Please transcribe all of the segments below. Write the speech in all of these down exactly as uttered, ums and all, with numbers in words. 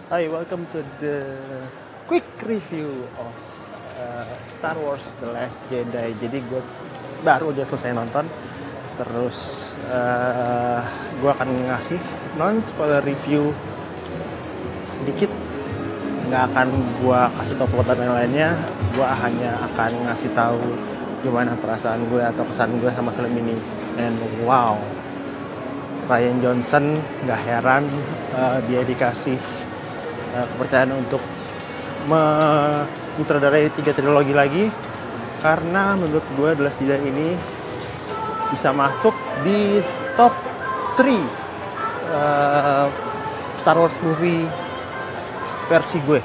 Hi, welcome to the quick review of uh, Star Wars The Last Jedi. Jadi gue baru aja selesai nonton. Terus uh, gue akan ngasih non spoiler review sedikit. Nggak akan gue kasih tau plot dan lain-lainnya. Gue hanya akan ngasih tahu gimana perasaan gue atau kesan gue sama film ini. And wow, Rian Johnson nggak heran uh, dia dikasih uh, kepercayaan untuk menyutradarai tiga trilogi lagi, karena menurut gue The Last Jedi ini bisa masuk di top tiga uh, Star Wars movie versi gue.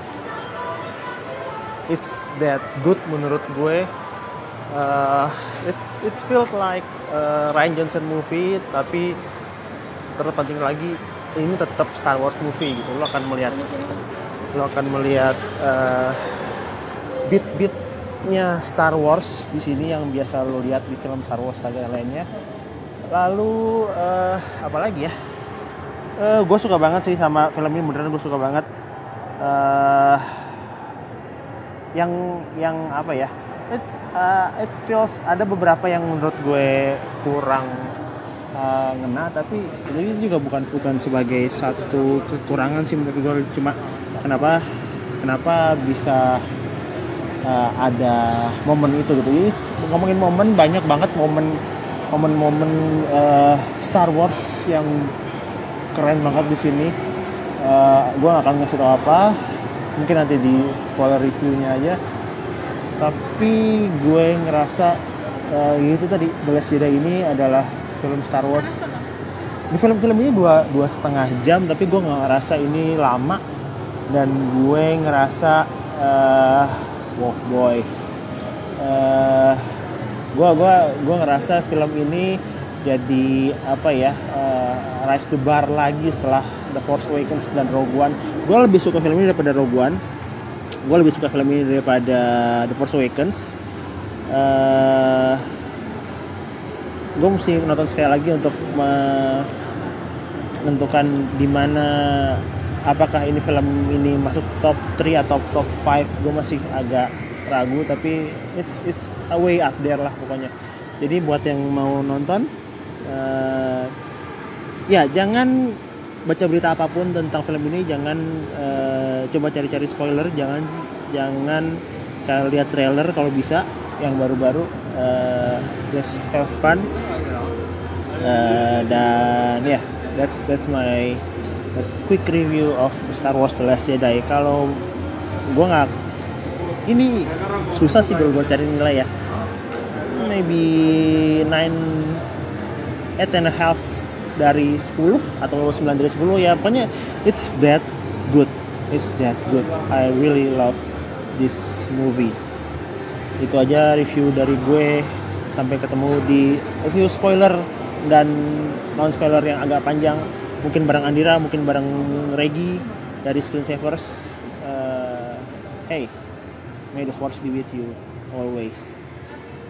It's that good menurut gue. Uh, it it feels like uh, Rian Johnson movie, tapi terpenting lagi ini tetap Star Wars movie gitu. Lo akan melihat lo akan melihat uh, beat-beatnya Star Wars di sini yang biasa lo lihat di film Star Wars saga lainnya. Lalu uh, apa lagi ya? Uh, gue suka banget sih sama film ini, beneran gue suka banget. Uh, yang yang apa ya? It, uh, it feels ada beberapa yang menurut gue kurang Uh, ngena, tapi itu juga bukan bukan sebagai satu kekurangan sih menurut gue. Cuma kenapa kenapa bisa uh, ada momen itu gitu. Jadi ngomongin momen, banyak banget momen momen-momen uh, Star Wars yang keren banget di sini. Uh, gue gak akan ngasih tau apa, mungkin nanti di spoiler reviewnya aja. Tapi gue ngerasa uh, itu tadi The Last Jedi ini adalah film Star Wars. Di film-film ini dua dua setengah jam, tapi gue nggak ngerasa ini lama, dan gue ngerasa uh, wow boy, uh, gue gue gue ngerasa film ini jadi apa ya, uh, rise the bar lagi setelah The Force Awakens dan Rogue One. Gue lebih suka film ini daripada Rogue One. Gue lebih suka film ini daripada The Force Awakens. Uh, gue mesti nonton sekali lagi untuk menentukan di mana apakah ini film ini masuk top tiga atau top lima. Gue masih agak ragu, tapi it's it's a way up there lah pokoknya. Jadi buat yang mau nonton, uh, ya jangan baca berita apapun tentang film ini, jangan uh, coba cari-cari spoiler, jangan jangan cari lihat trailer kalau bisa yang baru-baru. Uh, just have fun, uh, dan ya yeah, that's that's my quick review of Star Wars The Last Jedi. Kalau gue nggak, ini susah sih kalau gue cari nilai ya, maybe nine eight and a half dari sepuluh atau sembilan dari sepuluh ya, pokoknya it's that good, it's that good. I really love this movie. Itu aja review dari gue. Sampai ketemu di review spoiler dan non spoiler yang agak panjang, mungkin bareng Andira, mungkin bareng Regi dari Screensavers. uh, Hey, may the force be with you always.